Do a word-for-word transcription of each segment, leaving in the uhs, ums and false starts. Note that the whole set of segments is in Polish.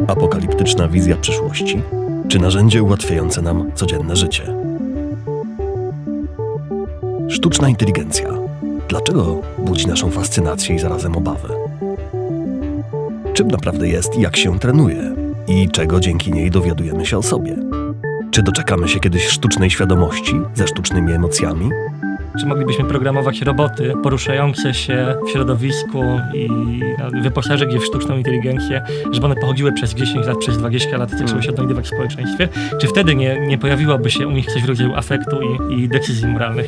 Apokaliptyczna wizja przyszłości? Czy narzędzie ułatwiające nam codzienne życie? Sztuczna inteligencja. Dlaczego budzi naszą fascynację i zarazem obawę? Czym naprawdę jest i jak się trenuje? I czego dzięki niej dowiadujemy się o sobie? Czy doczekamy się kiedyś sztucznej świadomości ze sztucznymi emocjami? Czy moglibyśmy programować roboty poruszające się w środowisku i no, wyposażyć je w sztuczną inteligencję, żeby one pochodziły przez dziesięć lat, przez dwadzieścia lat, tak żeby się odnajdywać w społeczeństwie? Czy wtedy nie, nie pojawiłoby się u nich coś w rodzaju afektu i, i decyzji moralnych?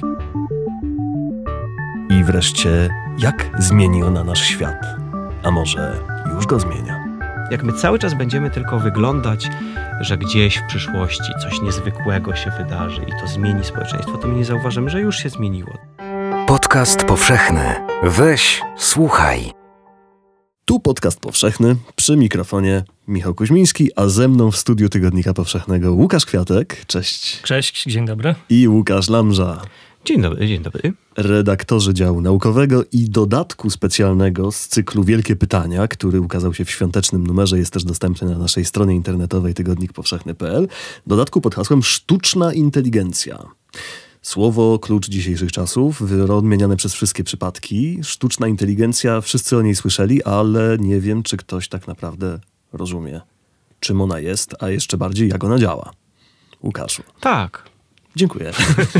I wreszcie, jak zmieni ona nasz świat? A może już go zmienia? Jak my cały czas będziemy tylko wyglądać, że gdzieś w przyszłości coś niezwykłego się wydarzy i to zmieni społeczeństwo, to my nie zauważymy, że już się zmieniło. Podcast powszechny. Weź, słuchaj. Tu podcast powszechny, przy mikrofonie Michał Kuźmiński, a ze mną w studiu Tygodnika Powszechnego Łukasz Kwiatek. Cześć. Cześć, dzień dobry. I Łukasz Lamża. Dzień dobry, dzień dobry. Redaktorzy działu naukowego i dodatku specjalnego z cyklu Wielkie Pytania, który ukazał się w świątecznym numerze, jest też dostępny na naszej stronie internetowej tygodnik powszechny kropka p l. Dodatku pod hasłem Sztuczna Inteligencja. Słowo klucz dzisiejszych czasów, odmieniane przez wszystkie przypadki. Sztuczna inteligencja, wszyscy o niej słyszeli, ale nie wiem, czy ktoś tak naprawdę rozumie, czym ona jest, a jeszcze bardziej, jak ona działa. Łukaszu. Tak. Dziękuję.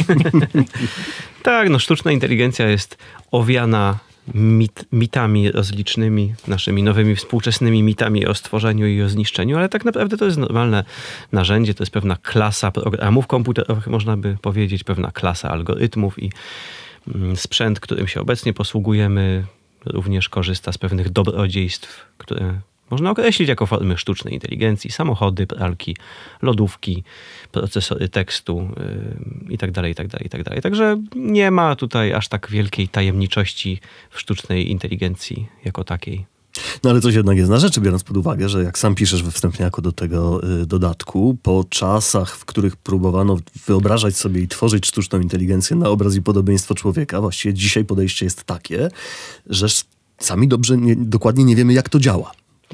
Tak, no sztuczna inteligencja jest owiana mit, mitami rozlicznymi, naszymi nowymi współczesnymi mitami o stworzeniu i o zniszczeniu, ale tak naprawdę to jest normalne narzędzie, to jest pewna klasa programów komputerowych, można by powiedzieć, pewna klasa algorytmów i sprzęt, którym się obecnie posługujemy, również korzysta z pewnych dobrodziejstw, które można określić jako formy sztucznej inteligencji, samochody, pralki, lodówki, procesory tekstu yy, i tak dalej, i tak dalej, i tak dalej. Także nie ma tutaj aż tak wielkiej tajemniczości w sztucznej inteligencji jako takiej. No ale coś jednak jest na rzeczy, biorąc pod uwagę, że jak sam piszesz we wstępniaku do tego y, dodatku, po czasach, w których próbowano wyobrażać sobie i tworzyć sztuczną inteligencję na obraz i podobieństwo człowieka, właściwie dzisiaj podejście jest takie, że sami dobrze, nie, dokładnie nie wiemy, jak to działa.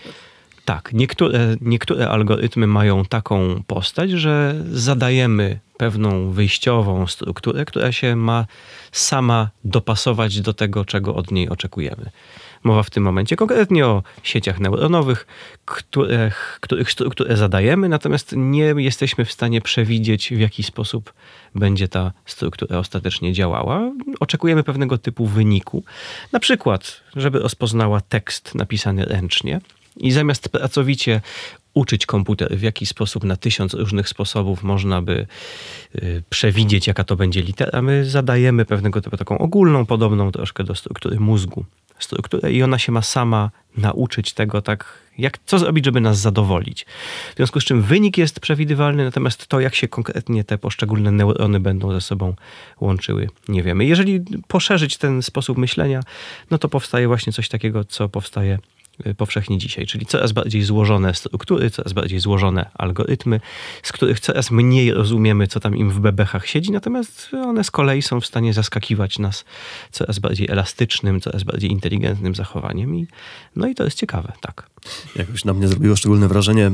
Tak, niektóre, niektóre algorytmy mają taką postać, że zadajemy pewną wyjściową strukturę, która się ma sama dopasować do tego, czego od niej oczekujemy. Mowa w tym momencie konkretnie o sieciach neuronowych, których, których strukturę zadajemy, natomiast nie jesteśmy w stanie przewidzieć, w jaki sposób będzie ta struktura ostatecznie działała. Oczekujemy pewnego typu wyniku. Na przykład, żeby rozpoznała tekst napisany ręcznie, i zamiast pracowicie uczyć komputer, w jaki sposób na tysiąc różnych sposobów można by y, przewidzieć, jaka to będzie litera, my zadajemy pewnego typu taką ogólną, podobną troszkę do struktury mózgu strukturę i ona się ma sama nauczyć tego, tak jak, co zrobić, żeby nas zadowolić. W związku z czym wynik jest przewidywalny, natomiast to, jak się konkretnie te poszczególne neurony będą ze sobą łączyły, nie wiemy. Jeżeli poszerzyć ten sposób myślenia, no to powstaje właśnie coś takiego, co powstaje powszechnie dzisiaj, czyli coraz bardziej złożone struktury, coraz bardziej złożone algorytmy, z których coraz mniej rozumiemy, co tam im w bebechach siedzi, natomiast one z kolei są w stanie zaskakiwać nas coraz bardziej elastycznym, coraz bardziej inteligentnym zachowaniem. I, no i to jest ciekawe, tak. Jakoś na mnie zrobiło szczególne wrażenie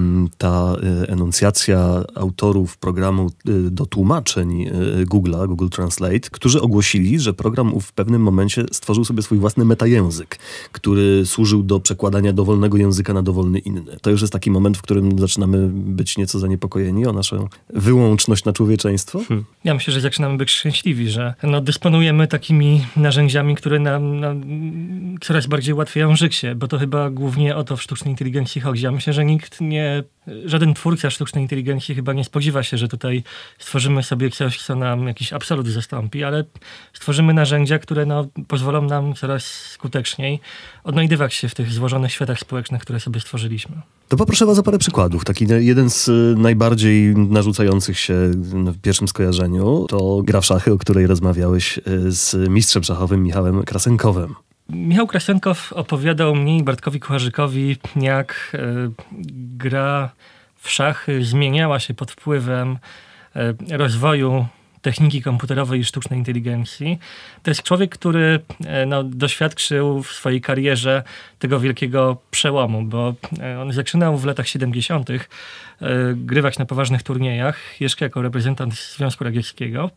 ta enuncjacja autorów programu do tłumaczeń Google'a, Google Translate, którzy ogłosili, że program w pewnym momencie stworzył sobie swój własny metajęzyk, który służył do przekładania dowolnego języka na dowolny inny. To już jest taki moment, w którym zaczynamy być nieco zaniepokojeni o naszą wyłączność na człowieczeństwo. Hmm. Ja myślę, że zaczynamy być szczęśliwi, że no, dysponujemy takimi narzędziami, które nam, nam coraz bardziej ułatwiają życie, bo to chyba głównie o to w sztucznej inteligencji chodzi. Ja myślę, że nikt nie, żaden twórca sztucznej inteligencji chyba nie spodziewa się, że tutaj stworzymy sobie coś, co nam jakiś absolut zastąpi, ale stworzymy narzędzia, które no, pozwolą nam coraz skuteczniej odnajdywać się w tych złożonych światach społecznych, które sobie stworzyliśmy. To poproszę was o parę przykładów. Taki jeden z najbardziej narzucających się w pierwszym skojarzeniu to gra w szachy, o której rozmawiałeś z mistrzem szachowym Michałem Krasenkowem. Michał Krasenkow opowiadał mnie i Bartkowi Kucharzykowi, jak y, gra w szachy zmieniała się pod wpływem y, rozwoju techniki komputerowej i sztucznej inteligencji. To jest człowiek, który no, doświadczył w swojej karierze tego wielkiego przełomu, bo on zaczynał w latach siedemdziesiątych grywać na poważnych turniejach, jeszcze jako reprezentant Związku Radzieckiego.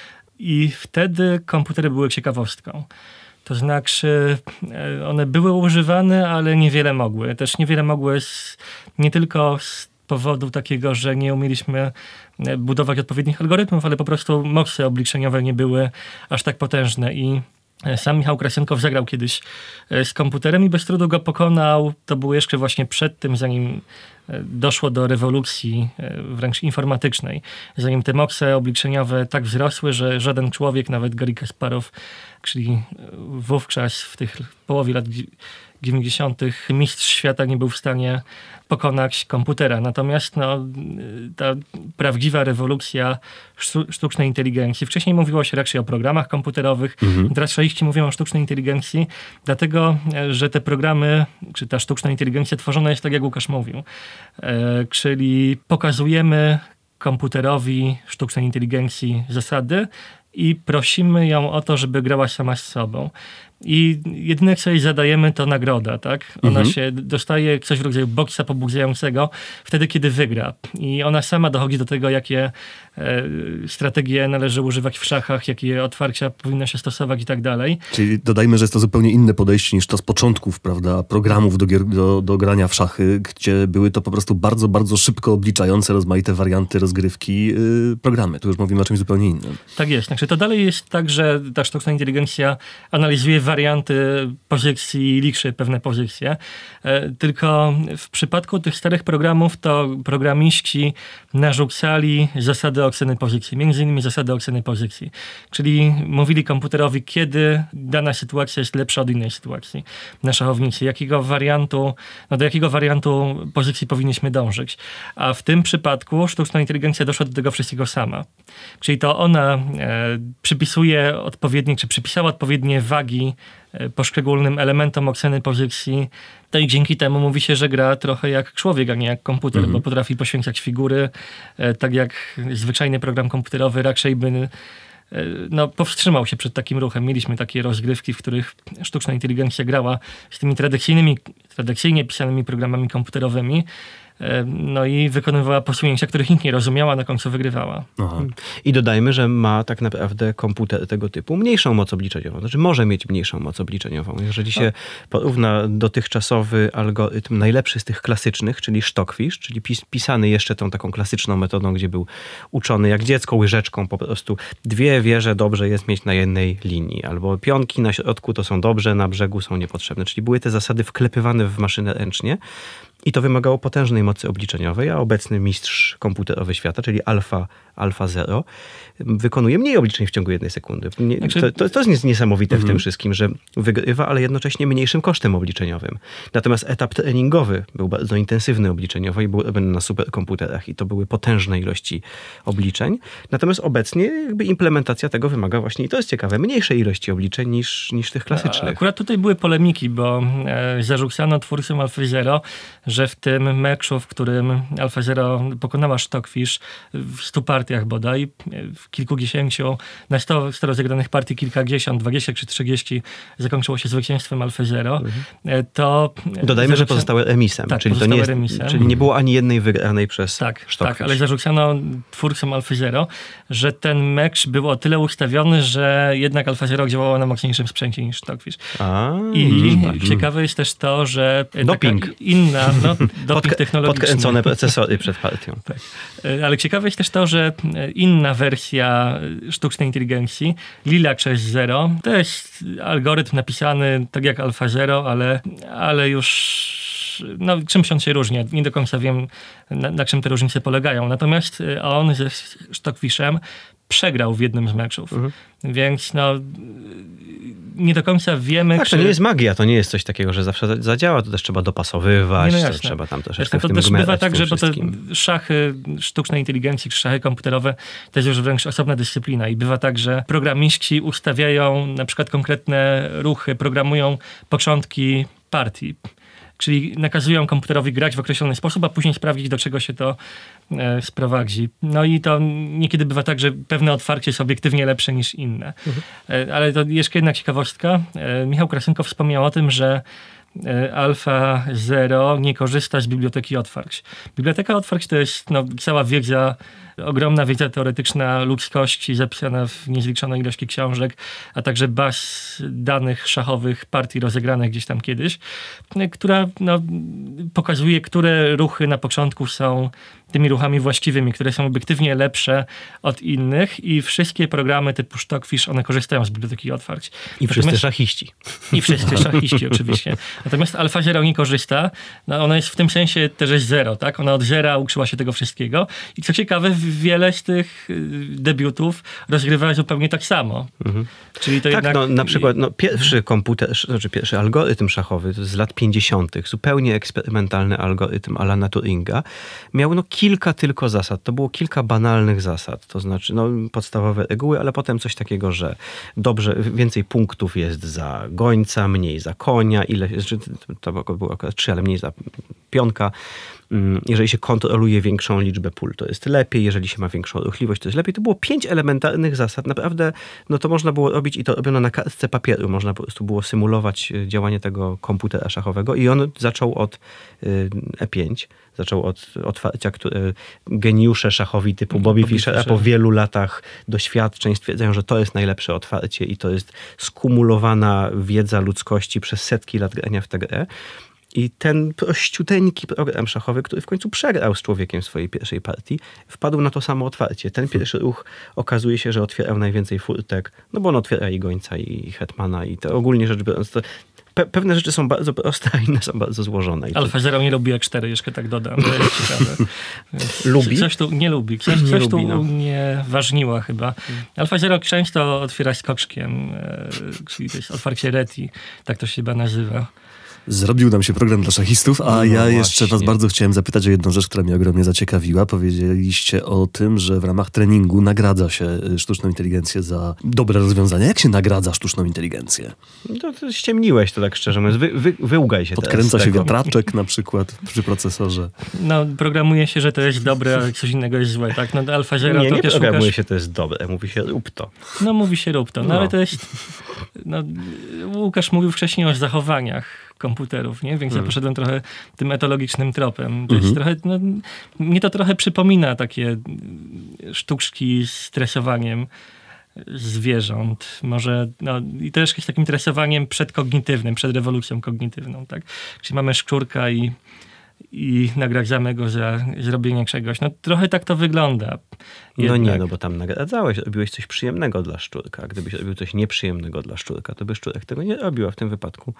I wtedy komputery były ciekawostką. To znaczy one były używane, ale niewiele mogły. Też niewiele mogły z, nie tylko z powodu takiego, że nie umieliśmy budować odpowiednich algorytmów, ale po prostu moce obliczeniowe nie były aż tak potężne i sam Michał Krasienkow zagrał kiedyś z komputerem i bez trudu go pokonał. To było jeszcze właśnie przed tym, zanim doszło do rewolucji wręcz informatycznej. Zanim te moce obliczeniowe tak wzrosły, że żaden człowiek, nawet Garry Kasparow, czyli wówczas w tych połowie lat dziewięćdziesiątych mistrz świata, nie był w stanie pokonać komputera. Natomiast no, ta prawdziwa rewolucja sztucznej inteligencji, wcześniej mówiło się raczej o programach komputerowych, mhm. teraz szaliści mówią o sztucznej inteligencji, dlatego, że te programy, czy ta sztuczna inteligencja tworzona jest tak, jak Łukasz mówił. E, czyli pokazujemy komputerowi sztucznej inteligencji zasady i prosimy ją o to, żeby grała sama z sobą. I jedyne, co jej zadajemy, to nagroda, tak? Ona mhm. się dostaje coś w rodzaju boksa pobudzającego wtedy, kiedy wygra. I ona sama dochodzi do tego, jakie e, strategie należy używać w szachach, jakie otwarcia powinno się stosować i tak dalej. Czyli dodajmy, że jest to zupełnie inne podejście niż to z początków, prawda, programów do, gier, do, do grania w szachy, gdzie były to po prostu bardzo, bardzo szybko obliczające rozmaite warianty rozgrywki yy, programy. Tu już mówimy o czymś zupełnie innym. Tak jest. Znaczy, to dalej jest tak, że ta sztuczna inteligencja analizuje warianty pozycji i liczy pewne pozycje. E, tylko w przypadku tych starych programów to programiści narzucali zasady oceny pozycji, między innymi zasady oceny pozycji. Czyli mówili komputerowi, kiedy dana sytuacja jest lepsza od innej sytuacji na szachownicy, jakiego wariantu, no do jakiego wariantu pozycji powinniśmy dążyć. A w tym przypadku sztuczna inteligencja doszła do tego wszystkiego sama. Czyli to ona e, przypisuje odpowiednie, czy przypisała odpowiednie wagi poszczególnym elementom oceny pozycji. No i dzięki temu mówi się, że gra trochę jak człowiek, a nie jak komputer, mm-hmm. bo potrafi poświęcać figury, tak jak zwyczajny program komputerowy raczej by no, powstrzymał się przed takim ruchem. Mieliśmy takie rozgrywki, w których sztuczna inteligencja grała z tymi tradycyjnymi, tradycyjnie pisanymi programami komputerowymi, no i wykonywała posunięcia, których nikt nie rozumiała, na końcu wygrywała. Aha. I dodajmy, że ma tak naprawdę komputer tego typu mniejszą moc obliczeniową. Znaczy może mieć mniejszą moc obliczeniową. Jeżeli się porówna dotychczasowy algorytm, najlepszy z tych klasycznych, czyli Stockfish, czyli pis- pisany jeszcze tą taką klasyczną metodą, gdzie był uczony jak dziecko łyżeczką po prostu. Dwie wieże dobrze jest mieć na jednej linii. Albo pionki na środku to są dobrze, na brzegu są niepotrzebne. Czyli były te zasady wklepywane w maszynę ręcznie. I to wymagało potężnej mocy obliczeniowej, a obecny mistrz komputerowy świata, czyli Alpha, Alpha Zero, wykonuje mniej obliczeń w ciągu jednej sekundy. Nie, znaczy... to, to jest niesamowite mhm. w tym wszystkim, że wygrywa, ale jednocześnie mniejszym kosztem obliczeniowym. Natomiast etap treningowy był bardzo intensywny obliczeniowo i był robiony na superkomputerach i to były potężne ilości obliczeń. Natomiast obecnie jakby implementacja tego wymaga właśnie, i to jest ciekawe, mniejszej ilości obliczeń niż, niż tych klasycznych. Akurat tutaj były polemiki, bo e, zarzucano twórcom Alpha Zero, że w tym meczu, w którym Alpha Zero pokonała Stockfish w stu partiach bodaj, w kilkudziesięciu, na sto, sto rozegranych partii kilkadziesiąt, dwadzieścia czy trzydzieści zakończyło się zwycięstwem Alpha Zero, mhm. to... Dodajmy, że pozostały remisem, tak, czyli, to nie jest, remisem. czyli nie było ani jednej wygranej przez tak, Stockfish. Tak, ale zarzucano twórcom Alpha Zero, że ten mecz był o tyle ustawiony, że jednak Alpha Zero działała na mocniejszym sprzęcie niż Stockfish. A, I tak. ciekawe jest też to, że doping. inna, no, doping Podk- technologiczny. Podkręcone procesory przed partią. Tak. Ale ciekawe jest też to, że inna wersja sztucznej inteligencji, Lilac sześć zero, to jest algorytm napisany tak jak Alpha Zero, ale, ale już no, czymś on się różni. Nie do końca wiem, na, na czym te różnice polegają. Natomiast on ze Stockfishem przegrał w jednym z meczów. Mhm. Więc no nie do końca wiemy... Tak, czy... to nie jest magia, to nie jest coś takiego, że zawsze zadziała, to też trzeba dopasowywać, nie, no to trzeba tam troszeczkę jasne, w tym to też gmerać bywa tak, że bo te wszystkim. szachy sztucznej inteligencji, czy szachy komputerowe to jest już wręcz osobna dyscyplina i bywa tak, że programiści ustawiają na przykład konkretne ruchy, programują początki partii. Czyli nakazują komputerowi grać w określony sposób, a później sprawdzić, do czego się to e, sprowadzi. No i to niekiedy bywa tak, że pewne otwarcie jest obiektywnie lepsze niż inne. Mhm. E, ale to jeszcze jedna ciekawostka. E, Michał Krasynko wspomniał o tym, że Alpha Zero nie korzysta z biblioteki otwarć. Biblioteka otwarć to jest no, cała wiedza, ogromna wiedza teoretyczna ludzkości zapisana w niezliczonej ilości książek, a także baz danych szachowych partii rozegranych gdzieś tam kiedyś, która no, pokazuje, które ruchy na początku są tymi ruchami właściwymi, które są obiektywnie lepsze od innych i wszystkie programy typu Stockfish, one korzystają z biblioteki otwarć. I Natomiast... wszyscy szachiści. I wszyscy szachiści oczywiście. Natomiast Alpha Zero nie korzysta. No ona jest w tym sensie też jest zero, tak? Ona od zera uczyła się tego wszystkiego i co ciekawe, wiele z tych debiutów rozgrywa zupełnie tak samo. Mhm. Czyli to tak, jednak... no na przykład no, pierwszy komputer, znaczy pierwszy algorytm szachowy to z lat pięćdziesiątych, zupełnie eksperymentalny algorytm Alana Turinga, miał no kilka tylko zasad. To było kilka banalnych zasad. To znaczy no, podstawowe reguły, ale potem coś takiego, że dobrze, więcej punktów jest za gońca, mniej za konia, ile, to było akurat trzy, ale mniej za pionka. Jeżeli się kontroluje większą liczbę pól, to jest lepiej. Jeżeli się ma większą ruchliwość, to jest lepiej. To było pięć elementarnych zasad. Naprawdę, no to można było robić i to robiono na kartce papieru. Można po prostu było symulować działanie tego komputera szachowego i on zaczął od E pięć. Zaczął od otwarcia, które geniusze szachowi typu Bobby, Bobby Fischer, a po wielu latach doświadczeń stwierdzają, że to jest najlepsze otwarcie i to jest skumulowana wiedza ludzkości przez setki lat grania w tę grę. I ten prościuteńki program szachowy, który w końcu przegrał z człowiekiem w swojej pierwszej partii, wpadł na to samo otwarcie. Ten pierwszy ruch okazuje się, że otwierał najwięcej furtek, no bo on otwiera i gońca, i hetmana, i to ogólnie rzecz biorąc, to pe- pewne rzeczy są bardzo proste, a inne są bardzo złożone. I to... Alpha Zero nie lubi E cztery, jeszcze tak dodam. To jest ciekawe. Lubi? Coś tu nie lubi. Coś, nie coś lubi, tu no. nie ważniła chyba. Alpha Zero często otwiera skoczkiem, e, czyli to jest otwarcie Reti, tak to się chyba nazywa. Zrobił nam się program dla szachistów, a no ja właśnie. Jeszcze was bardzo chciałem zapytać o jedną rzecz, która mnie ogromnie zaciekawiła. Powiedzieliście o tym, że w ramach treningu nagradza się sztuczną inteligencję za dobre rozwiązania. Jak się nagradza sztuczną inteligencję? No to ściemniłeś to tak szczerze mówiąc. Wy, wy, wyłgaj się Podkręca się wiatraczek na przykład przy procesorze. No programuje się, że to jest dobre, a coś innego jest złe, tak? No Alpha Zero nie, to nie też programuje Łukasz... się, to jest dobre. Mówi się rób to. No mówi się rób to. No, no. ale to jest... No, Łukasz mówił wcześniej o zachowaniach komputerów, nie? Więc hmm. ja poszedłem trochę tym etologicznym tropem. To jest trochę, no, mnie to trochę przypomina takie sztuczki z stresowaniem zwierząt. Może, no, i też jest takim tresowaniem przedkognitywnym, przed rewolucją kognitywną, tak? Czyli mamy szczurka i, i nagradzamy go za zrobienie czegoś. No trochę tak to wygląda. Jednak. No nie, no bo tam nagradzałeś, robiłeś coś przyjemnego dla szczurka. A gdybyś robił coś nieprzyjemnego dla szczurka, to by szczurek tego nie robił, a w tym wypadku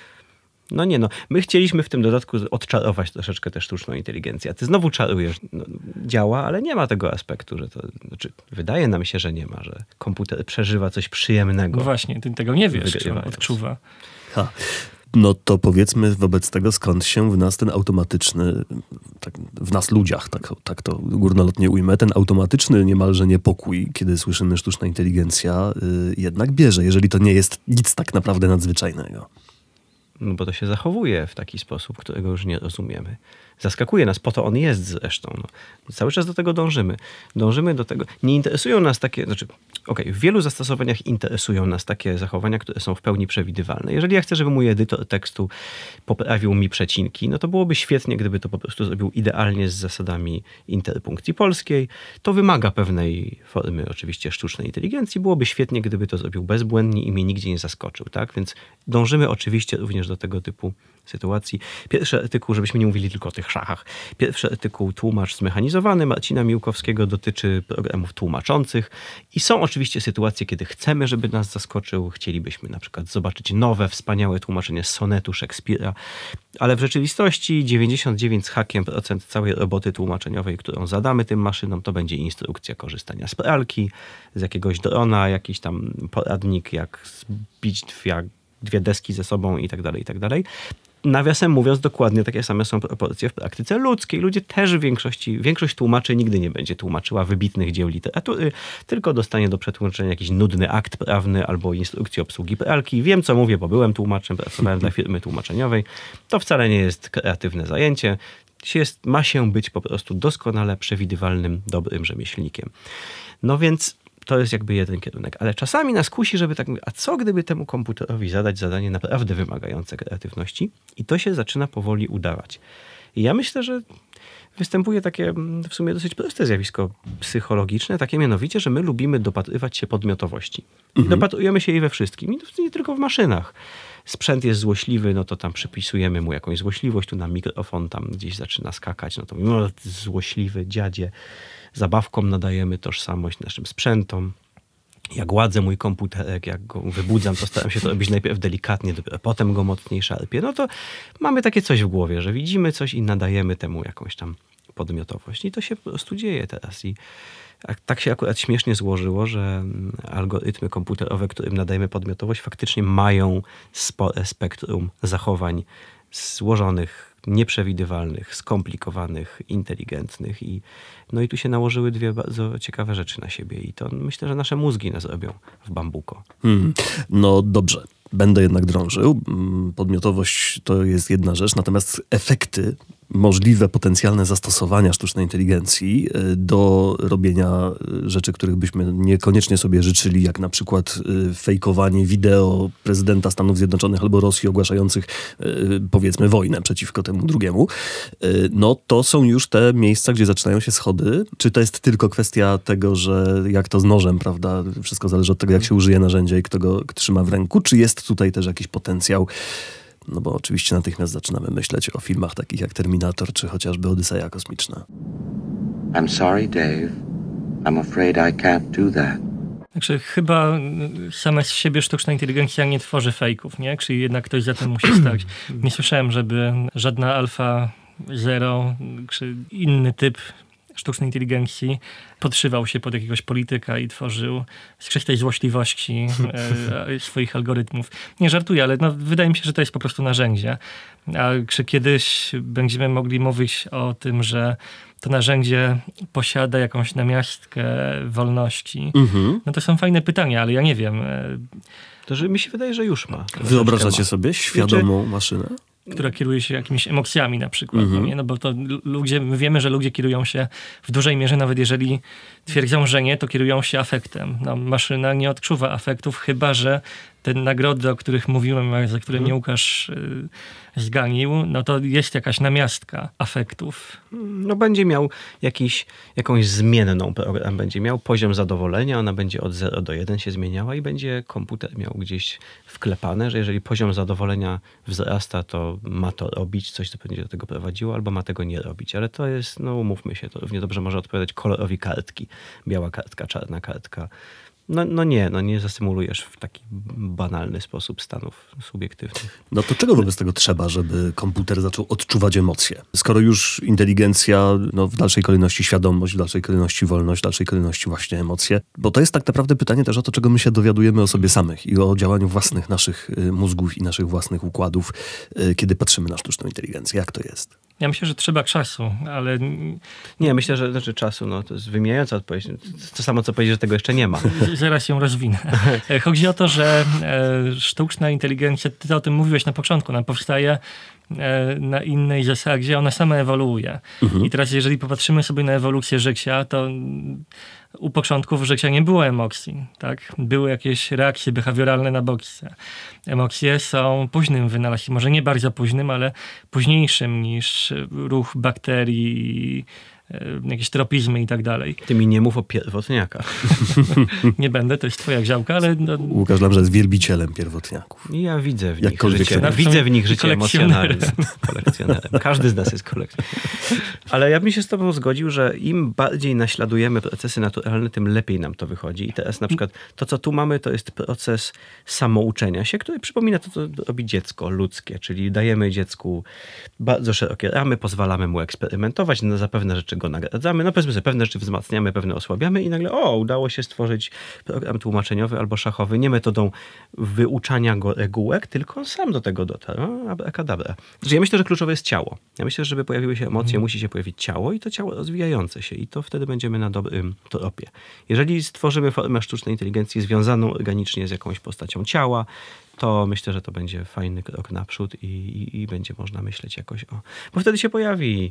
no nie no, my chcieliśmy w tym dodatku odczarować troszeczkę tę sztuczną inteligencję. A ty znowu czarujesz. No, działa, ale nie ma tego aspektu, że to, znaczy wydaje nam się, że nie ma, że komputer przeżywa coś przyjemnego. No właśnie, ty tego nie wiesz, czy on odczuwa. Ha. No to powiedzmy wobec tego, skąd się w nas ten automatyczny, tak, w nas ludziach, tak, tak to górnolotnie ujmę, ten automatyczny niemalże niepokój, kiedy słyszymy sztuczna inteligencja, yy, jednak bierze, jeżeli to nie jest nic tak naprawdę nadzwyczajnego. No bo to się zachowuje w taki sposób, którego już nie rozumiemy. Zaskakuje nas, po to on jest zresztą. No. Cały czas do tego dążymy. Dążymy do tego. Nie interesują nas takie, znaczy, okej, okay, w wielu zastosowaniach interesują nas takie zachowania, które są w pełni przewidywalne. Jeżeli ja chcę, żeby mój edytor tekstu poprawił mi przecinki, no to byłoby świetnie, gdyby to po prostu zrobił idealnie z zasadami interpunkcji polskiej. To wymaga pewnej formy oczywiście sztucznej inteligencji. Byłoby świetnie, gdyby to zrobił bezbłędnie i mnie nigdzie nie zaskoczył, tak? Więc dążymy oczywiście również do tego typu sytuacji. Pierwszy artykuł, żebyśmy nie mówili tylko o tych szachach. Pierwszy artykuł Tłumacz zmechanizowany Marcina Miłkowskiego dotyczy programów tłumaczących i są oczywiście sytuacje, kiedy chcemy, żeby nas zaskoczył. Chcielibyśmy na przykład zobaczyć nowe, wspaniałe tłumaczenie sonetu Szekspira, ale w rzeczywistości dziewięćdziesiąt dziewięć z hakiem procent całej roboty tłumaczeniowej, którą zadamy tym maszynom, to będzie instrukcja korzystania z pralki, z jakiegoś drona, jakiś tam poradnik, jak zbić dwie, dwie deski ze sobą i tak dalej, i tak dalej. nawiasem mówiąc, dokładnie takie same są proporcje w praktyce ludzkiej. Ludzie też w większości, większość tłumaczy nigdy nie będzie tłumaczyła wybitnych dzieł literatury, tylko dostanie do przetłumaczenia jakiś nudny akt prawny albo instrukcję obsługi pralki. Wiem, co mówię, bo byłem tłumaczem, pracowałem dla firmy tłumaczeniowej. To wcale nie jest kreatywne zajęcie. Jest, ma się być po prostu doskonale przewidywalnym, dobrym rzemieślnikiem. No więc to jest jakby jeden kierunek. Ale czasami nas kusi, żeby tak mówić, a co gdyby temu komputerowi zadać zadanie naprawdę wymagające kreatywności? I to się zaczyna powoli udawać. I ja myślę, że występuje takie w sumie dosyć proste zjawisko psychologiczne, takie mianowicie, że my lubimy dopatrywać się podmiotowości. Mhm. Dopatrujemy się jej we wszystkim. I nie tylko w maszynach. Sprzęt jest złośliwy, no to tam przypisujemy mu jakąś złośliwość, tu na mikrofon tam gdzieś zaczyna skakać, no to no, złośliwy dziadzie. Zabawkom nadajemy tożsamość naszym sprzętom. Jak ładzę mój komputerek, jak go wybudzam, to staram się to robić najpierw delikatnie, dopiero potem go mocniej szarpię. No to mamy takie coś w głowie, że widzimy coś i nadajemy temu jakąś tam podmiotowość. I to się po prostu dzieje teraz. I tak się akurat śmiesznie złożyło, że algorytmy komputerowe, którym nadajemy podmiotowość, faktycznie mają spore spektrum zachowań złożonych, nieprzewidywalnych, skomplikowanych, inteligentnych. I, no i tu się nałożyły dwie bardzo ciekawe rzeczy na siebie. I to myślę, że nasze mózgi nas robią w bambuko. Hmm. No dobrze. Będę jednak drążył. Podmiotowość to jest jedna rzecz, natomiast efekty, możliwe potencjalne zastosowania sztucznej inteligencji do robienia rzeczy, których byśmy niekoniecznie sobie życzyli, jak na przykład fejkowanie wideo prezydenta Stanów Zjednoczonych albo Rosji ogłaszających, powiedzmy, wojnę przeciwko temu drugiemu, no to są już te miejsca, gdzie zaczynają się schody. Czy to jest tylko kwestia tego, że jak to z nożem, prawda? Wszystko zależy od tego, jak się użyje narzędzia i kto go trzyma w ręku. Czy jest tutaj też jakiś potencjał? No bo oczywiście natychmiast zaczynamy myśleć o filmach takich jak Terminator, czy chociażby Odyseja Kosmiczna. I'm sorry, Dave. I'm afraid I can't do that. Także chyba sama z siebie sztuczna inteligencja nie tworzy fejków, nie? Czyli jednak ktoś za tym musi stać. Nie słyszałem, żeby żadna Alfa Zero, czy inny typ sztucznej inteligencji podszywał się pod jakiegoś polityka i tworzył z czystej złośliwości e, swoich algorytmów. Nie żartuję, ale no, wydaje mi się, że to jest po prostu narzędzie. A czy kiedyś będziemy mogli mówić o tym, że to narzędzie posiada jakąś namiastkę wolności? Mhm. No to są fajne pytania, ale ja nie wiem. To, że mi się wydaje, że już ma. Wyobrażacie sobie świadomą maszynę? Która kieruje się jakimiś emocjami na przykład. Mm-hmm. No, nie? No bo to ludzie, my wiemy, że ludzie kierują się w dużej mierze, nawet jeżeli twierdzą, że nie, to kierują się afektem. No, maszyna nie odczuwa afektów, chyba że te nagrody, o których mówiłem, za które mnie Łukasz y, zganił, no to jest jakaś namiastka afektów. No będzie miał jakiś, jakąś zmienną program, będzie miał poziom zadowolenia, ona będzie od zera do jeden się zmieniała i będzie komputer miał gdzieś wklepane, że jeżeli poziom zadowolenia wzrasta, to ma to robić, coś to będzie do tego prowadziło, albo ma tego nie robić. Ale to jest, no umówmy się, to równie dobrze może odpowiadać kolorowi kartki. Biała kartka, czarna kartka. No, no nie, no nie zasymulujesz w taki banalny sposób stanów subiektywnych. No to czego wobec tego trzeba, żeby komputer zaczął odczuwać emocje? Skoro już inteligencja, no w dalszej kolejności świadomość, w dalszej kolejności wolność, w dalszej kolejności właśnie emocje, bo to jest tak naprawdę pytanie też o to, czego my się dowiadujemy o sobie samych i o działaniu własnych naszych mózgów i naszych własnych układów, kiedy patrzymy na sztuczną inteligencję. Jak to jest? Ja myślę, że trzeba czasu, ale... Nie, myślę, że znaczy czasu, no to jest wymijająca odpowiedź. To samo, co powiedzieć, że tego jeszcze nie ma. Zaraz ją rozwinę. Chodzi o to, że e, sztuczna inteligencja, ty o tym mówiłeś na początku, ona powstaje e, na innej zasadzie, ona sama ewoluuje. Mhm. I teraz jeżeli popatrzymy sobie na ewolucję życia, to u początków życia nie było emocji, tak? Były jakieś reakcje behawioralne na bodźce. Emocje są późnym wynalazkiem, może nie bardzo późnym, ale późniejszym niż ruch bakterii, jakieś tropizmy i tak dalej. Ty mi nie mów o pierwotniakach. Nie będę, to jest twoja grzałka, ale... No... Łukasz Lamrze jest wielbicielem pierwotniaków. Ja widzę w nich życie, no, widzę w nich życie emocjonalne. Kolekcjonerem. Każdy z nas jest kolekcjonerem. Ale ja bym się z tobą zgodził, że im bardziej naśladujemy procesy naturalne, tym lepiej nam to wychodzi. I teraz na przykład to, co tu mamy, to jest proces samouczenia się, który przypomina to, co robi dziecko ludzkie, czyli dajemy dziecku bardzo szerokie ramy, pozwalamy mu eksperymentować, no zapewne rzeczy rzeczy go nagradzamy, no powiedzmy sobie, pewne rzeczy wzmacniamy, pewne osłabiamy i nagle o, udało się stworzyć program tłumaczeniowy albo szachowy, nie metodą wyuczania go regułek, tylko sam do tego dotarł. No, abracadabra. Znaczy, ja myślę, że kluczowe jest ciało. Ja myślę, że żeby pojawiły się emocje, hmm. musi się pojawić ciało i to ciało rozwijające się i to wtedy będziemy na dobrym tropie. Jeżeli stworzymy formę sztucznej inteligencji związaną organicznie z jakąś postacią ciała, to myślę, że to będzie fajny krok naprzód i, i, i będzie można myśleć jakoś o... Bo wtedy się pojawi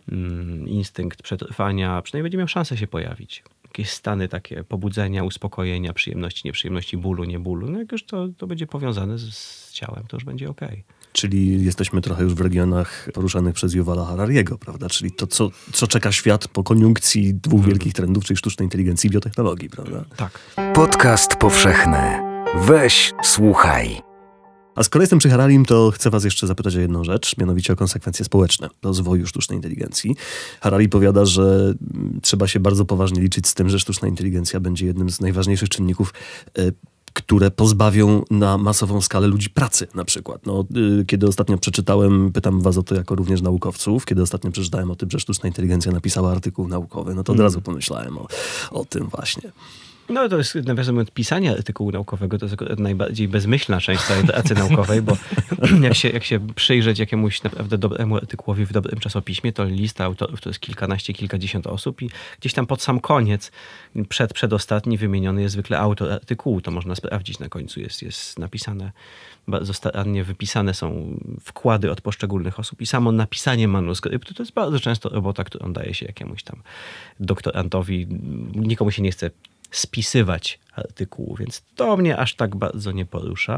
mm, instynkt przetrwania, przynajmniej będzie miał szansę się pojawić. Jakieś stany takie pobudzenia, uspokojenia, przyjemności, nieprzyjemności, bólu, nie bólu. No jak już to, to będzie powiązane z, z ciałem, to już będzie okej. Okay. Czyli jesteśmy trochę już w regionach poruszanych przez Yuvala Harariego, prawda? Czyli to, co, co czeka świat po koniunkcji dwóch hmm. wielkich trendów, czyli sztucznej inteligencji i biotechnologii, prawda? Tak. Podcast powszechny. Weź, słuchaj. A skoro jestem przy Hararim, to chcę was jeszcze zapytać o jedną rzecz, mianowicie o konsekwencje społeczne rozwoju sztucznej inteligencji. Harari powiada, że trzeba się bardzo poważnie liczyć z tym, że sztuczna inteligencja będzie jednym z najważniejszych czynników, y, które pozbawią na masową skalę ludzi pracy na przykład. No, y, kiedy ostatnio przeczytałem, pytam was o to jako również naukowców, kiedy ostatnio przeczytałem o tym, że sztuczna inteligencja napisała artykuł naukowy, no to od razu pomyślałem o, o tym właśnie. No to jest, nawiasem mówiąc, pisanie artykułu naukowego to jest najbardziej bezmyślna część całej pracy naukowej, bo jak się, jak się przyjrzeć jakiemuś naprawdę dobremu artykułowi w dobrym czasopiśmie, to lista autorów to jest kilkanaście, kilkadziesiąt osób i gdzieś tam pod sam koniec, przed, przedostatni wymieniony jest zwykle autor artykułu. To można sprawdzić na końcu. Jest, jest napisane, bardzo starannie wypisane są wkłady od poszczególnych osób i samo napisanie manuskryptu to jest bardzo często robota, którą daje się jakiemuś tam doktorantowi. Nikomu się nie chce spisywać artykułu, więc to mnie aż tak bardzo nie porusza.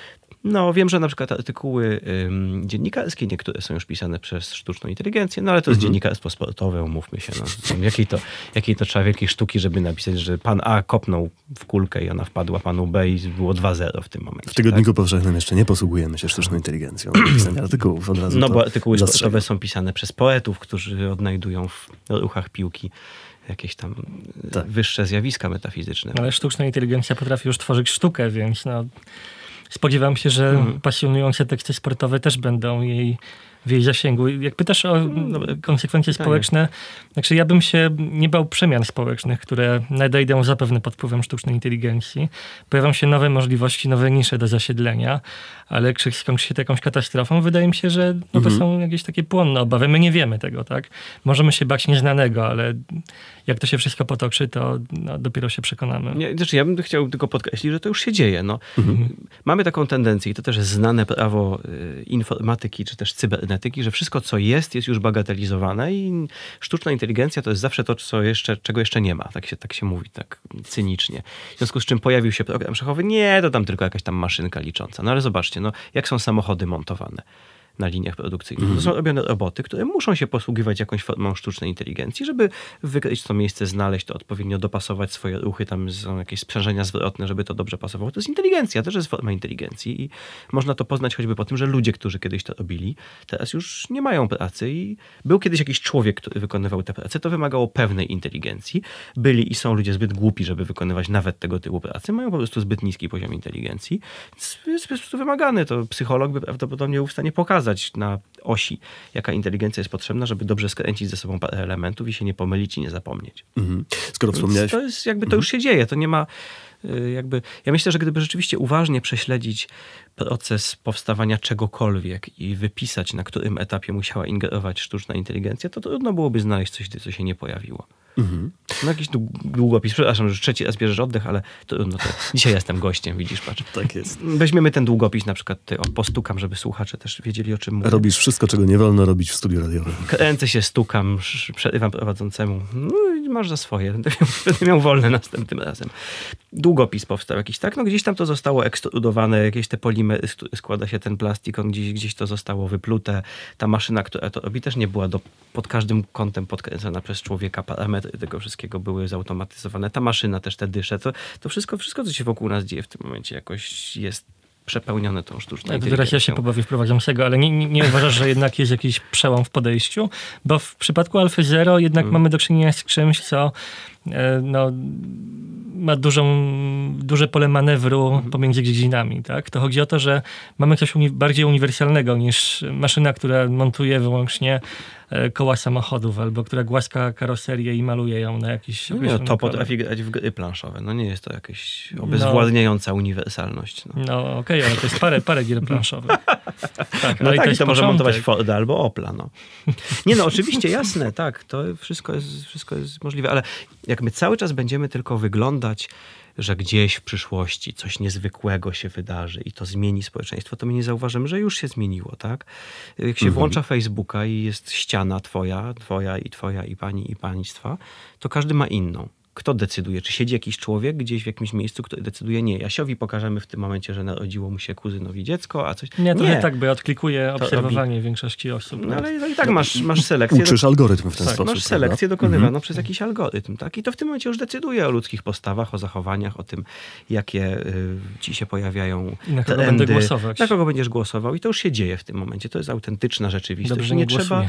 No, wiem, że na przykład artykuły ym, dziennikarskie, niektóre są już pisane przez sztuczną inteligencję, no ale to jest mhm. dziennikarstwo sportowe, umówmy się. No, jakiej, to, jakiej to trzeba wielkiej sztuki, żeby napisać, że pan A kopnął w kulkę i ona wpadła panu B i było dwa zero w tym momencie. W Tygodniku tak? Powszechnym jeszcze nie posługujemy się sztuczną inteligencją. Pisanie artykułów od razu. No bo artykuły sportowe są pisane przez poetów, którzy odnajdują w ruchach piłki jakieś tam tak. wyższe zjawiska metafizyczne. Ale sztuczna inteligencja potrafi już tworzyć sztukę, więc no, spodziewam się, że hmm. pasjonujące teksty sportowe też będą jej w jej zasięgu. Jak pytasz o no, konsekwencje społeczne, znaczy ja bym się nie bał przemian społecznych, które nadejdą zapewne pod wpływem sztucznej inteligencji. Pojawią się nowe możliwości, nowe nisze do zasiedlenia, ale czy skończy się to jakąś katastrofą? Wydaje mi się, że no, to mhm. są jakieś takie płonne obawy. My nie wiemy tego, tak? Możemy się bać nieznanego, ale jak to się wszystko potoczy, to no, dopiero się przekonamy. Nie, znaczy ja bym chciał tylko podkreślić, że to już się dzieje. No. Mhm. Mamy taką tendencję i to też jest znane prawo y, informatyki, czy też cybernetyki, że wszystko, co jest, jest już bagatelizowane i sztuczna inteligencja to jest zawsze to, co jeszcze, czego jeszcze nie ma. Tak się, tak się mówi, tak cynicznie. W związku z czym pojawił się program szachowy. Nie, to tam tylko jakaś tam maszynka licząca. No ale zobaczcie, no, jak są samochody montowane na liniach produkcyjnych. Mm. To są robione roboty, które muszą się posługiwać jakąś formą sztucznej inteligencji, żeby wykryć to miejsce, znaleźć to, odpowiednio dopasować swoje ruchy, tam są jakieś sprzężenia zwrotne, żeby to dobrze pasowało. To jest inteligencja, też jest forma inteligencji i można to poznać choćby po tym, że ludzie, którzy kiedyś to robili, teraz już nie mają pracy i był kiedyś jakiś człowiek, który wykonywał tę pracę, to wymagało pewnej inteligencji. Byli i są ludzie zbyt głupi, żeby wykonywać nawet tego typu pracy, mają po prostu zbyt niski poziom inteligencji. Jest po prostu wymagany. To psycholog by prawdopodobnie był w stanie pokazać na osi, jaka inteligencja jest potrzebna, żeby dobrze skręcić ze sobą parę elementów i się nie pomylić i nie zapomnieć. Mhm. Skoro wspomniałeś... To jest jakby, to już się dzieje, to nie ma jakby... Ja myślę, że gdyby rzeczywiście uważnie prześledzić proces powstawania czegokolwiek i wypisać, na którym etapie musiała ingerować sztuczna inteligencja, to trudno byłoby znaleźć coś, co się nie pojawiło. Mhm. No jakiś długopis, przepraszam, że trzeci raz bierzesz oddech, ale trudno to. Dzisiaj jestem gościem, widzisz, patrz. Tak jest. Weźmiemy ten długopis na przykład, ty, o, postukam, żeby słuchacze też wiedzieli, o czym mówię. Robisz wszystko, czego nie wolno robić w studiu radiowym. Kręcę się, stukam, przerywam prowadzącemu. No i masz za swoje. Będę miał, będę miał wolne następnym razem. Długopis powstał jakiś, tak? No gdzieś tam to zostało ekstrudowane, jakieś te polimery, składa się ten plastik, on gdzieś, gdzieś to zostało wyplute. Ta maszyna, która to robi, też nie była do, pod każdym kątem podkręcona przez człowieka. Parametry tego wszystkiego były zautomatyzowane. Ta maszyna też, te dysze, to, to wszystko, wszystko, co się wokół nas dzieje w tym momencie, jakoś jest przepełnione tą sztuczną inteligencją. Teraz ja się pobawię w prowadzącego, ale nie, nie, nie uważasz, że jednak jest jakiś przełom w podejściu? Bo w przypadku Alfy Zero jednak hmm. mamy do czynienia z czymś, co no, ma dużą, duże pole manewru mhm. pomiędzy dziedzinami. Tak? To chodzi o to, że mamy coś uni- bardziej uniwersalnego niż maszyna, która montuje wyłącznie koła samochodów, albo która głaska karoserię i maluje ją na jakiś... No nie, to potrafi grać w gry planszowe. No nie jest to jakaś obezwładniająca no, uniwersalność. No, no okej, okay, ale to jest parę, parę gier planszowych. Tak, no ale tak, to, i to może początek. montować Forda albo Opla. No. Nie no, oczywiście, jasne, tak, to wszystko jest, wszystko jest możliwe, ale jak my cały czas będziemy tylko wyglądać, że gdzieś w przyszłości coś niezwykłego się wydarzy i to zmieni społeczeństwo, to my nie zauważymy, że już się zmieniło, tak? Jak się mhm. włącza Facebooka i jest ściana twoja, twoja i twoja i pani i państwa, to każdy ma inną. Kto decyduje? Czy siedzi jakiś człowiek gdzieś w jakimś miejscu, który decyduje? Nie. Jasiowi pokażemy w tym momencie, że narodziło mu się kuzynowi dziecko, a coś... Nie, to nie tak, bo ja odklikuję obserwowanie robi... większości osób. No, ale no i tak masz, masz selekcję. Uczysz do... algorytm w ten tak, sposób. Masz selekcję prawda? dokonywaną mhm. przez jakiś algorytm, tak? I to w tym momencie już decyduje o ludzkich postawach, o zachowaniach, o tym, jakie y, ci się pojawiają I na kogo trendy, będę głosować. Na kogo będziesz głosował. I to już się dzieje w tym momencie. To jest autentyczna rzeczywistość. Dobrze, nie nie trzeba.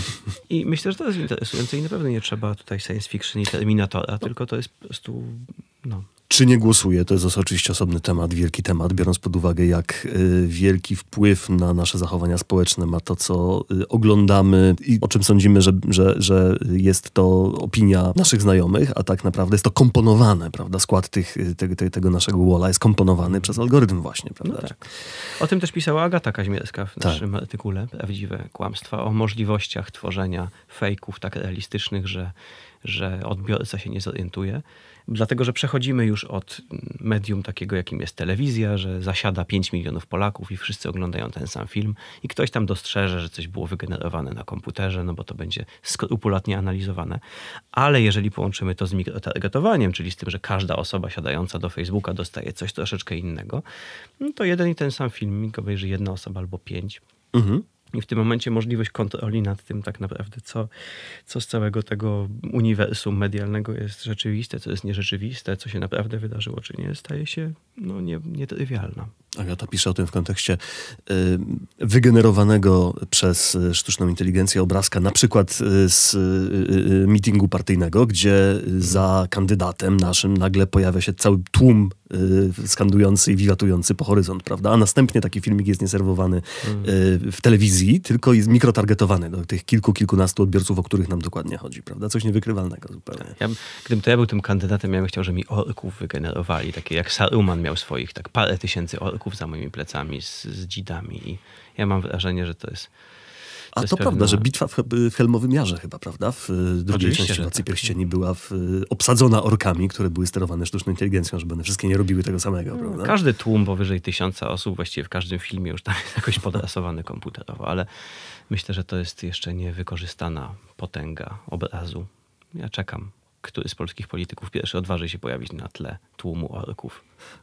I myślę, że to jest interesujące i na pewno nie trzeba tutaj science fiction i Terminatora, no. tylko to jest po prostu... No. Czy nie głosuje? To jest oczywiście osobny temat, wielki temat, biorąc pod uwagę, jak y, wielki wpływ na nasze zachowania społeczne ma to, co y, oglądamy i o czym sądzimy, że, że, że jest to opinia naszych znajomych, a tak naprawdę jest to komponowane, prawda? Skład tych, te, te, tego naszego walla jest komponowany przez algorytm właśnie, prawda? No tak. O tym też pisała Agata Kaźmierska w naszym tak. artykule Prawdziwe kłamstwa, o możliwościach tworzenia fejków tak realistycznych, że, że odbiorca się nie zorientuje. Dlatego, że przechodzimy już od medium takiego, jakim jest telewizja, że zasiada pięć milionów Polaków i wszyscy oglądają ten sam film i ktoś tam dostrzeże, że coś było wygenerowane na komputerze, no bo to będzie skrupulatnie analizowane. Ale jeżeli połączymy to z mikrotargetowaniem, czyli z tym, że każda osoba siadająca do Facebooka dostaje coś troszeczkę innego, no to jeden i ten sam filmik obejrzy jedna osoba albo pięć. Mhm. I w tym momencie możliwość kontroli nad tym tak naprawdę, co, co z całego tego uniwersum medialnego jest rzeczywiste, co jest nierzeczywiste, co się naprawdę wydarzyło, czy nie, staje się no, nie, nietrywialna. Agata pisze o tym w kontekście y, wygenerowanego przez sztuczną inteligencję obrazka, na przykład z y, y, meetingu partyjnego, gdzie za kandydatem naszym nagle pojawia się cały tłum y, skandujący i wiwatujący po horyzont, prawda? A następnie taki filmik jest nieserwowany y, w telewizji, tylko jest mikrotargetowany do tych kilku, kilkunastu odbiorców, o których nam dokładnie chodzi, prawda? Coś niewykrywalnego zupełnie. Ja, gdybym to ja był tym kandydatem, ja bym chciał, żeby mi orków wygenerowali, takie jak Saruman miał swoich, tak parę tysięcy orków za moimi plecami z, z dzidami i ja mam wrażenie, że to jest A to, to pewna... prawda, że bitwa w, w Helmowym Jarze chyba, prawda? W drugiej Oczywiście, części Władcy tak. Pierścieni była w, obsadzona orkami, które były sterowane sztuczną inteligencją, żeby one wszystkie nie robiły tego samego, prawda? Każdy tłum powyżej tysiąca osób, właściwie w każdym filmie już tam jest jakoś podrasowany komputerowo, ale myślę, że to jest jeszcze niewykorzystana potęga obrazu. Ja czekam, który z polskich polityków pierwszy odważy się pojawić na tle tłumu orków.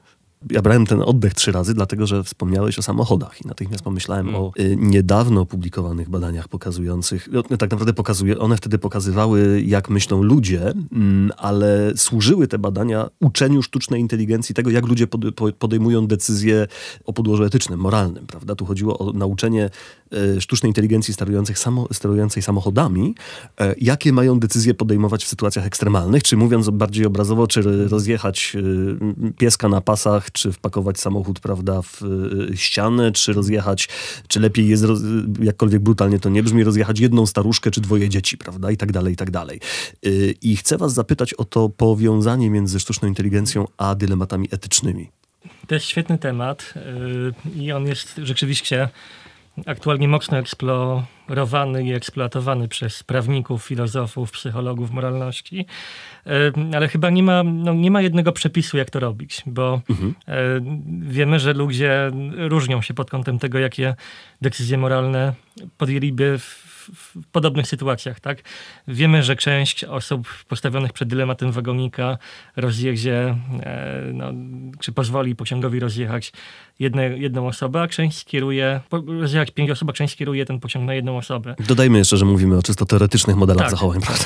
Ja brałem ten oddech trzy razy, dlatego że wspomniałeś o samochodach i natychmiast pomyślałem mm. o y, niedawno opublikowanych badaniach pokazujących, no, tak naprawdę pokazuje, one wtedy pokazywały, jak myślą ludzie, mm, ale służyły te badania uczeniu sztucznej inteligencji tego, jak ludzie pod, po, podejmują decyzje o podłożu etycznym, moralnym, prawda? Tu chodziło o nauczenie y, sztucznej inteligencji sterujących samo, sterującej samochodami, y, jakie mają decyzje podejmować w sytuacjach ekstremalnych, czy mówiąc bardziej obrazowo, czy rozjechać y, pieska na pasach, czy wpakować samochód, prawda, w y, ścianę, czy rozjechać, czy lepiej jest, roz, jakkolwiek brutalnie to nie brzmi, rozjechać jedną staruszkę, czy dwoje dzieci, prawda, i tak dalej, i tak dalej. Y, I chcę was zapytać o to powiązanie między sztuczną inteligencją a dylematami etycznymi. To jest świetny temat yy, i on jest rzeczywiście aktualnie mocno eksplorowany i eksploatowany przez prawników, filozofów, psychologów moralności, ale chyba nie ma, no nie ma jednego przepisu, jak to robić, bo mhm. wiemy, że ludzie różnią się pod kątem tego, jakie decyzje moralne podjęliby w, w podobnych sytuacjach, tak? Wiemy, że część osób postawionych przed dylematem wagonika rozjedzie, no, czy pozwoli pociągowi rozjechać jedne, jedną osobę, a część skieruje, rozjechać pięć osób, a część skieruje ten pociąg na jedną osobę. Dodajmy jeszcze, że mówimy o czysto teoretycznych modelach tak. zachowań, prawda?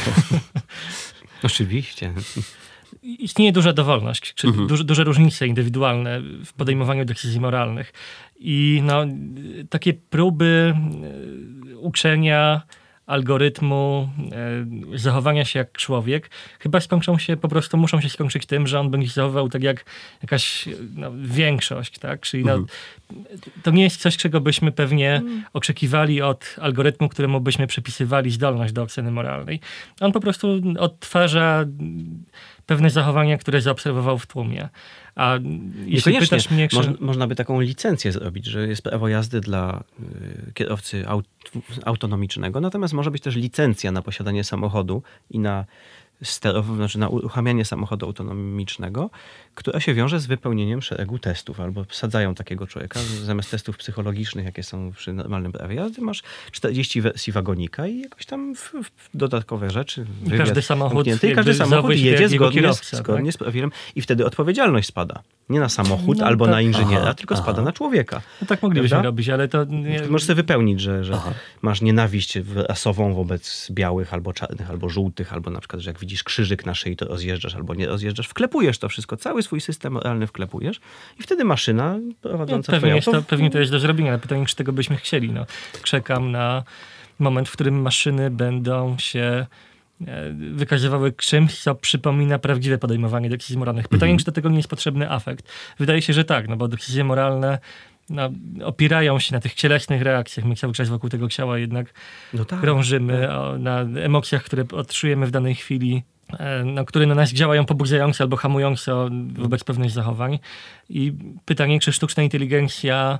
Oczywiście. Istnieje duża dowolność, czy mhm. duże, duże różnice indywidualne w podejmowaniu decyzji moralnych. I no, takie próby uczenia algorytmu e, zachowania się jak człowiek, chyba skończą się, po prostu muszą się skończyć tym, że on będzie zachowywał tak jak jakaś no, większość, tak? Czyli no, mhm. to nie jest coś, czego byśmy pewnie mhm. oczekiwali od algorytmu, któremu byśmy przypisywali zdolność do oceny moralnej. On po prostu odtwarza pewne zachowania, które zaobserwował w tłumie. A jeśli pytasz mnie... Czy... Moż, można by taką licencję zrobić, że jest prawo jazdy dla y, kierowcy aut, autonomicznego, natomiast może być też licencja na posiadanie samochodu i na sterow- znaczy na uruchamianie samochodu autonomicznego, która się wiąże z wypełnieniem szeregu testów, albo wsadzają takiego człowieka, zamiast testów psychologicznych, jakie są przy normalnym prawie jazdy, masz czterdzieści wersji wagonika i jakoś tam w, w dodatkowe rzeczy. I każdy samochód, i każdy samochód jedzie zgodnie, kierowca, z, zgodnie tak? z prawem i wtedy odpowiedzialność spada. Nie na samochód no, albo tak. na inżyniera, Aha, tylko aha. spada na człowieka. No tak moglibyśmy Prawda? robić, ale to... Nie... Możesz sobie wypełnić, że, że masz nienawiść rasową wobec białych, albo czarnych, albo żółtych, albo na przykład, że jak widzisz krzyżyk na szyi, to rozjeżdżasz albo nie rozjeżdżasz. Wklepujesz to wszystko, cały swój system moralny wklepujesz i wtedy maszyna prowadząca no, pewnie, twoje jest to, auto... pewnie to jest do zrobienia, ale pytanie, czy tego byśmy chcieli. No, czekam na moment, w którym maszyny będą się wykazywały czymś, co przypomina prawdziwe podejmowanie decyzji moralnych. Pytanie, mhm. czy do tego nie jest potrzebny afekt. Wydaje się, że tak, no bo decyzje moralne no, opierają się na tych cielesnych reakcjach. My cały czas wokół tego ciała jednak no tak, krążymy, tak. O, na emocjach, które odczujemy w danej chwili, no, które na nas działają pobudzająco albo hamująco wobec pewnych zachowań. I pytanie, czy sztuczna inteligencja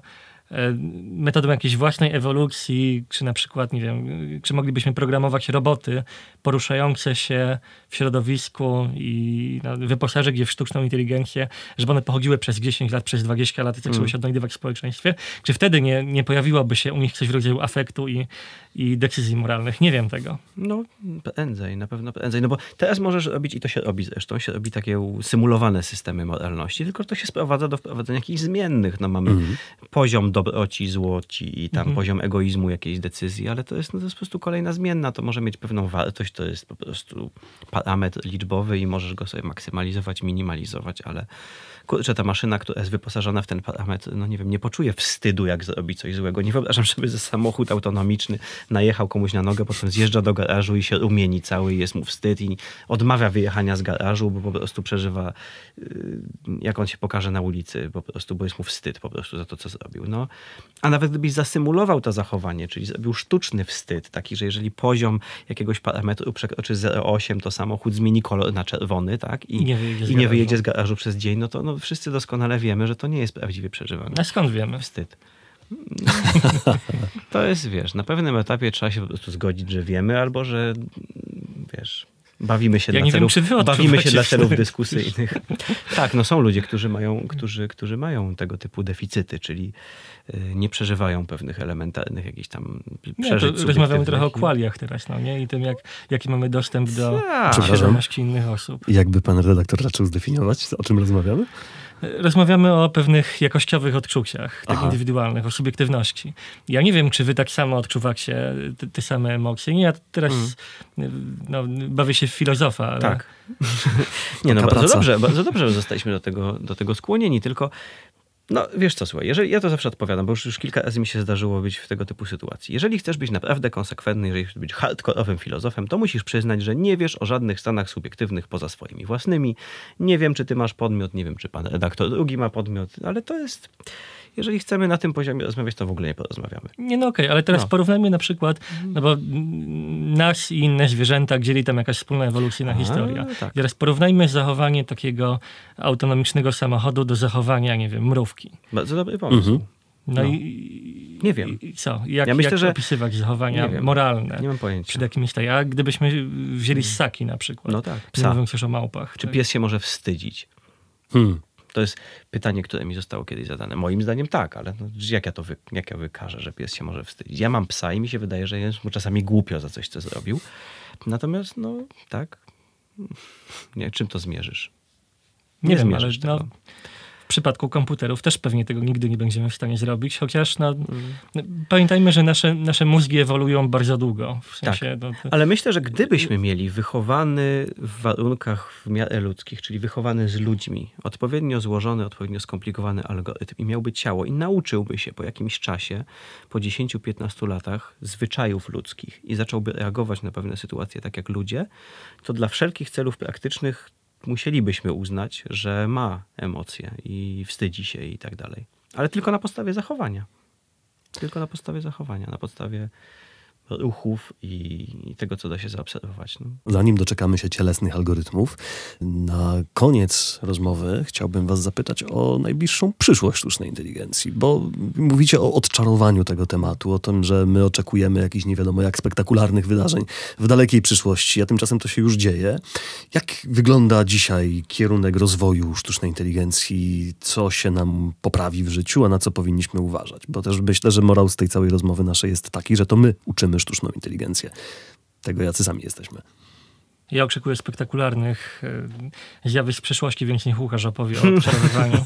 metodą jakiejś własnej ewolucji, czy na przykład, nie wiem, czy moglibyśmy programować roboty poruszające się w środowisku i no, wyposażyć je w sztuczną inteligencję, żeby one pochodziły przez dziesięć lat, przez dwadzieścia lat i zaczęły mm. się odnajdywać w społeczeństwie. Czy wtedy nie, nie pojawiłoby się u nich coś w rodzaju afektu i, i decyzji moralnych? Nie wiem tego. No, prędzej, na pewno prędzej. No bo teraz możesz robić, i to się robi zresztą, się robi takie symulowane systemy moralności, tylko to się sprowadza do wprowadzenia jakichś zmiennych. No mamy mm. poziom dobroci, złoci i tam mhm. poziom egoizmu jakiejś decyzji, ale to jest, no to jest po prostu kolejna zmienna. To może mieć pewną wartość, to jest po prostu parametr liczbowy i możesz go sobie maksymalizować, minimalizować, ale kurczę, ta maszyna, która jest wyposażona w ten parametr, no nie wiem, nie poczuje wstydu, jak zrobi coś złego. Nie wyobrażam, żeby ze samochód autonomiczny najechał komuś na nogę, potem zjeżdża do garażu i się rumieni cały i jest mu wstyd i odmawia wyjechania z garażu, bo po prostu przeżywa, jak on się pokaże na ulicy, po prostu, bo jest mu wstyd po prostu za to, co zrobił. No, a nawet gdybyś zasymulował to zachowanie, czyli zrobił sztuczny wstyd, taki, że jeżeli poziom jakiegoś parametru przekroczy zero przecinek osiem, to samochód zmieni kolor na czerwony, tak? I, I nie wyjedzie z, i nie wyjedzie z garażu przez dzień, no to no, wszyscy doskonale wiemy, że to nie jest prawdziwie przeżywane. A skąd wiemy? Wstyd. To jest, wiesz, na pewnym etapie trzeba się po prostu zgodzić, że wiemy, albo że, wiesz, bawimy się, ja dla, nie celów, wiem, czy wy bawimy się dla celów dyskusyjnych. Tak, no są ludzie, którzy mają, którzy, którzy mają tego typu deficyty, czyli nie przeżywają pewnych elementarnych jakichś tam przeżyć. Nie, rozmawiamy trochę o kwaliach teraz, no nie? I tym, jak, jaki mamy dostęp do Przepraszam. świadomości innych osób. Jakby pan redaktor raczył zdefiniować, o czym rozmawiamy? Rozmawiamy o pewnych jakościowych odczuciach, tak Aha. indywidualnych, o subiektywności. Ja nie wiem, czy wy tak samo odczuwacie te, te same emocje. Nie, ja teraz mm. no, bawię się w filozofa. Ale... Tak. Nie, no Taka bardzo praca. dobrze, bardzo dobrze, że zostaliśmy do tego, do tego skłonieni, tylko no wiesz co, słuchaj, jeżeli, ja to zawsze odpowiadam, bo już, już kilka razy mi się zdarzyło być w tego typu sytuacji. Jeżeli chcesz być naprawdę konsekwentny, jeżeli chcesz być hardkorowym filozofem, to musisz przyznać, że nie wiesz o żadnych stanach subiektywnych poza swoimi własnymi. Nie wiem, czy ty masz podmiot, nie wiem, czy pan redaktor drugi ma podmiot, ale to jest... Jeżeli chcemy na tym poziomie rozmawiać, to w ogóle nie porozmawiamy. Nie, no okej, okay, ale teraz no. porównajmy na przykład, no bo nas i inne zwierzęta dzieli tam jakaś wspólna ewolucyjna A, historia. Tak. Teraz porównajmy zachowanie takiego autonomicznego samochodu do zachowania, nie wiem, mrówki. Bardzo dobry pomysł. Mhm. No, no i... Nie wiem. I co? Jak, ja myślę, jak że... opisywać zachowania nie moralne? Nie mam pojęcia. Przed jakimiś tak, a gdybyśmy wzięli ssaki na przykład. No tak, psa. Nie mówiąc już o małpach. Czy tak? pies się może wstydzić? Hmm. To jest pytanie, które mi zostało kiedyś zadane. Moim zdaniem tak, ale no, jak ja to wy, jak ja wykażę, że pies się może wstydzić? Ja mam psa i mi się wydaje, że jest mu czasami głupio za coś, co zrobił. Natomiast, no tak, nie, czym to zmierzysz? Nie, nie wiem, ale no, w przypadku komputerów też pewnie tego nigdy nie będziemy w stanie zrobić, chociaż no, mm. pamiętajmy, że nasze, nasze mózgi ewoluują bardzo długo. W sensie, tak, no, to... ale myślę, że gdybyśmy mieli wychowany w warunkach w miarę ludzkich, czyli wychowany z ludźmi, odpowiednio złożony, odpowiednio skomplikowany algorytm i miałby ciało i nauczyłby się po jakimś czasie, po dziesięciu piętnastu latach zwyczajów ludzkich i zacząłby reagować na pewne sytuacje tak jak ludzie, to dla wszelkich celów praktycznych musielibyśmy uznać, że ma emocje i wstydzi się i tak dalej. Ale tylko na podstawie zachowania. Tylko na podstawie zachowania, na podstawie ruchów i, i tego, co da się zaobserwować. No. Zanim doczekamy się cielesnych algorytmów, na koniec rozmowy chciałbym was zapytać o najbliższą przyszłość sztucznej inteligencji, bo mówicie o odczarowaniu tego tematu, o tym, że my oczekujemy jakichś nie wiadomo jak spektakularnych wydarzeń w dalekiej przyszłości, a tymczasem to się już dzieje. Jak wygląda dzisiaj kierunek rozwoju sztucznej inteligencji? Co się nam poprawi w życiu, a na co powinniśmy uważać? Bo też myślę, że morał z tej całej rozmowy naszej jest taki, że to my uczymy sztuczną inteligencję. Tego jacy sami jesteśmy. Ja oczekuję spektakularnych e, zjawisk z przeszłości, więc niech Łukasz opowie o odczarowywaniu.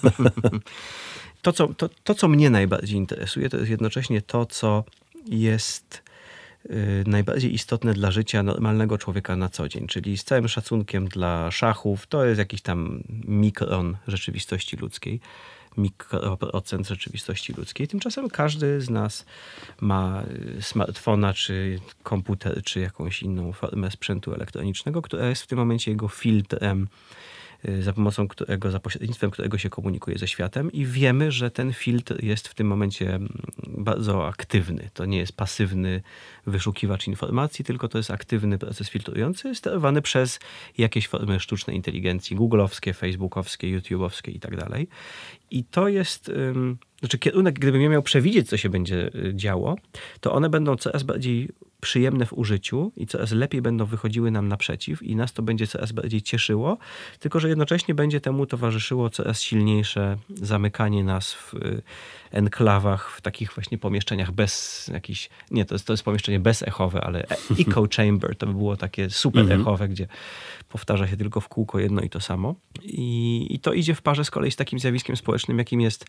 To co, to, to, co mnie najbardziej interesuje, to jest jednocześnie to, co jest y, najbardziej istotne dla życia normalnego człowieka na co dzień. Czyli z całym szacunkiem dla szachów, to jest jakiś tam mikron rzeczywistości ludzkiej. Mikroprocent rzeczywistości ludzkiej. Tymczasem każdy z nas ma smartfona, czy komputer, czy jakąś inną formę sprzętu elektronicznego, która jest w tym momencie jego filtrem, za pomocą którego, za pośrednictwem którego się komunikuje ze światem i wiemy, że ten filtr jest w tym momencie bardzo aktywny. To nie jest pasywny wyszukiwacz informacji, tylko to jest aktywny proces filtrujący, sterowany przez jakieś formy sztucznej inteligencji, googlowskie, facebookowskie, youtubeowskie i tak dalej. I to jest, um, znaczy kierunek, gdybym ja miał przewidzieć, co się będzie działo, to one będą coraz bardziej przyjemne w użyciu i coraz lepiej będą wychodziły nam naprzeciw i nas to będzie coraz bardziej cieszyło, tylko że jednocześnie będzie temu towarzyszyło coraz silniejsze zamykanie nas w enklawach, w takich właśnie pomieszczeniach bez jakichś, nie, to jest, to jest pomieszczenie bezechowe, ale echo chamber, to by było takie super mm-hmm. echowe, gdzie powtarza się tylko w kółko jedno i to samo. I, i to idzie w parze z kolei z takim zjawiskiem społecznym, jakim jest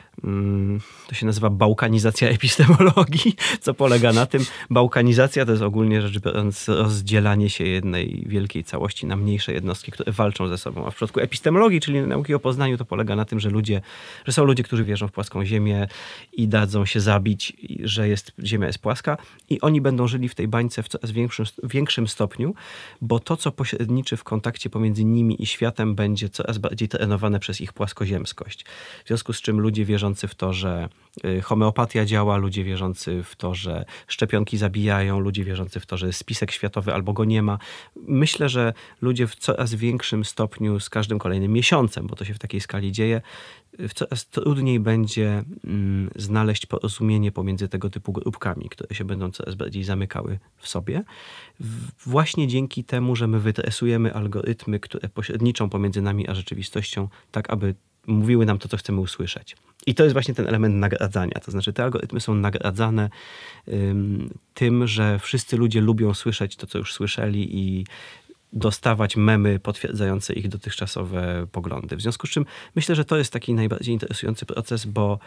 to się nazywa bałkanizacja epistemologii, co polega na tym. Bałkanizacja to jest ogólnie rzecz biorąc rozdzielanie się jednej wielkiej całości na mniejsze jednostki, które walczą ze sobą. A w przypadku epistemologii, czyli nauki o poznaniu, to polega na tym, że ludzie, że są ludzie, którzy wierzą w płaską ziemię i dadzą się zabić, że jest, ziemia jest płaska i oni będą żyli w tej bańce w coraz większym, większym stopniu, bo to, co pośredniczy w kontakcie pomiędzy nimi i światem, będzie coraz bardziej trenowane przez ich płaskoziemskość. W związku z czym ludzie wierzą w to, że homeopatia działa, ludzie wierzący w to, że szczepionki zabijają, ludzie wierzący w to, że jest spisek światowy albo go nie ma. Myślę, że ludzie w coraz większym stopniu z każdym kolejnym miesiącem, bo to się w takiej skali dzieje, w coraz trudniej będzie mm, znaleźć porozumienie pomiędzy tego typu grupkami, które się będą coraz bardziej zamykały w sobie. W, właśnie dzięki temu, że my wytresujemy algorytmy, które pośredniczą pomiędzy nami a rzeczywistością, tak aby mówiły nam to, co chcemy usłyszeć. I to jest właśnie ten element nagradzania. To znaczy te algorytmy są nagradzane um, tym, że wszyscy ludzie lubią słyszeć to, co już słyszeli i dostawać memy potwierdzające ich dotychczasowe poglądy. W związku z czym myślę, że to jest taki najbardziej interesujący proces, bo,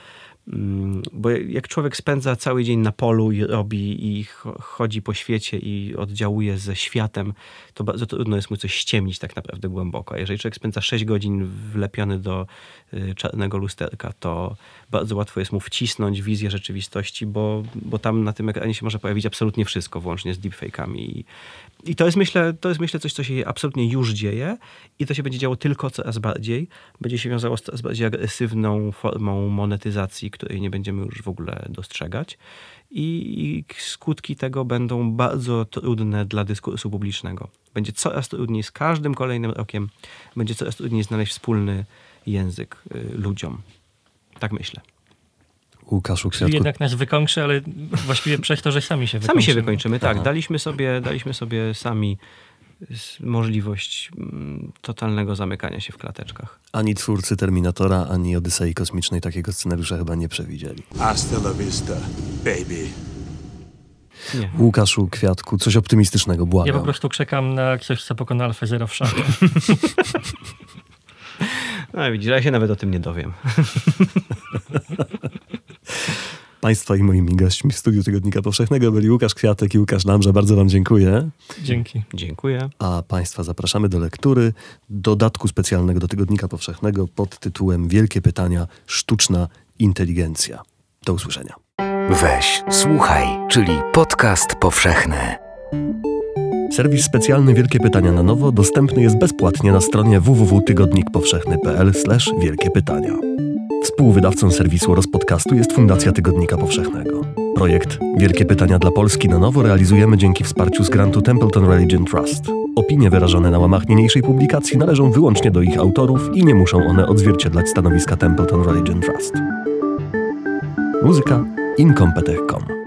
bo jak człowiek spędza cały dzień na polu i robi i chodzi po świecie i oddziałuje ze światem, to bardzo trudno jest mu coś ściemnić tak naprawdę głęboko. A jeżeli człowiek spędza sześć godzin wlepiony do czarnego lusterka, to bardzo łatwo jest mu wcisnąć wizję rzeczywistości, bo, bo tam na tym ekranie się może pojawić absolutnie wszystko, włącznie z deepfake'ami. I, i to jest myślę, to jest myślę coś, co się absolutnie już dzieje i to się będzie działo tylko coraz bardziej. Będzie się wiązało z coraz bardziej agresywną formą monetyzacji, której nie będziemy już w ogóle dostrzegać. I, i skutki tego będą bardzo trudne dla dyskursu publicznego. Będzie coraz trudniej z każdym kolejnym rokiem, będzie coraz trudniej znaleźć wspólny język y, ludziom. Tak myślę. Łukaszu Kwiatku. Czyli jednak nas wykończy, ale właściwie przez to, że sami się wykończymy. Sami się wykończymy, tak. Aha. Daliśmy sobie, daliśmy sobie sami możliwość mm, totalnego zamykania się w klateczkach. Ani twórcy Terminatora, ani Odysei Kosmicznej takiego scenariusza chyba nie przewidzieli. Hasta la vista, baby. Nie. Łukaszu Kwiatku, coś optymistycznego, błagam. Ja po prostu czekam na coś, co pokona Alfa Zero w szachu. No widzisz, ja się nawet o tym nie dowiem. Państwa i moimi gośćmi w studiu Tygodnika Powszechnego byli Łukasz Kwiatek i Łukasz Lamża. Bardzo wam dziękuję. Dzięki. Dziękuję. A państwa zapraszamy do lektury dodatku specjalnego do Tygodnika Powszechnego pod tytułem Wielkie pytania, sztuczna inteligencja. Do usłyszenia. Weź, słuchaj, czyli podcast powszechny. Serwis specjalny Wielkie Pytania na Nowo dostępny jest bezpłatnie na stronie w w w kropka tygodnik powszechny kropka p l slash wielkie pytania. Współwydawcą serwisu oraz podcastu jest Fundacja Tygodnika Powszechnego. Projekt Wielkie Pytania dla Polski na Nowo realizujemy dzięki wsparciu z grantu Templeton Religion Trust. Opinie wyrażone na łamach niniejszej publikacji należą wyłącznie do ich autorów i nie muszą one odzwierciedlać stanowiska Templeton Religion Trust. Muzyka incompetech kropka com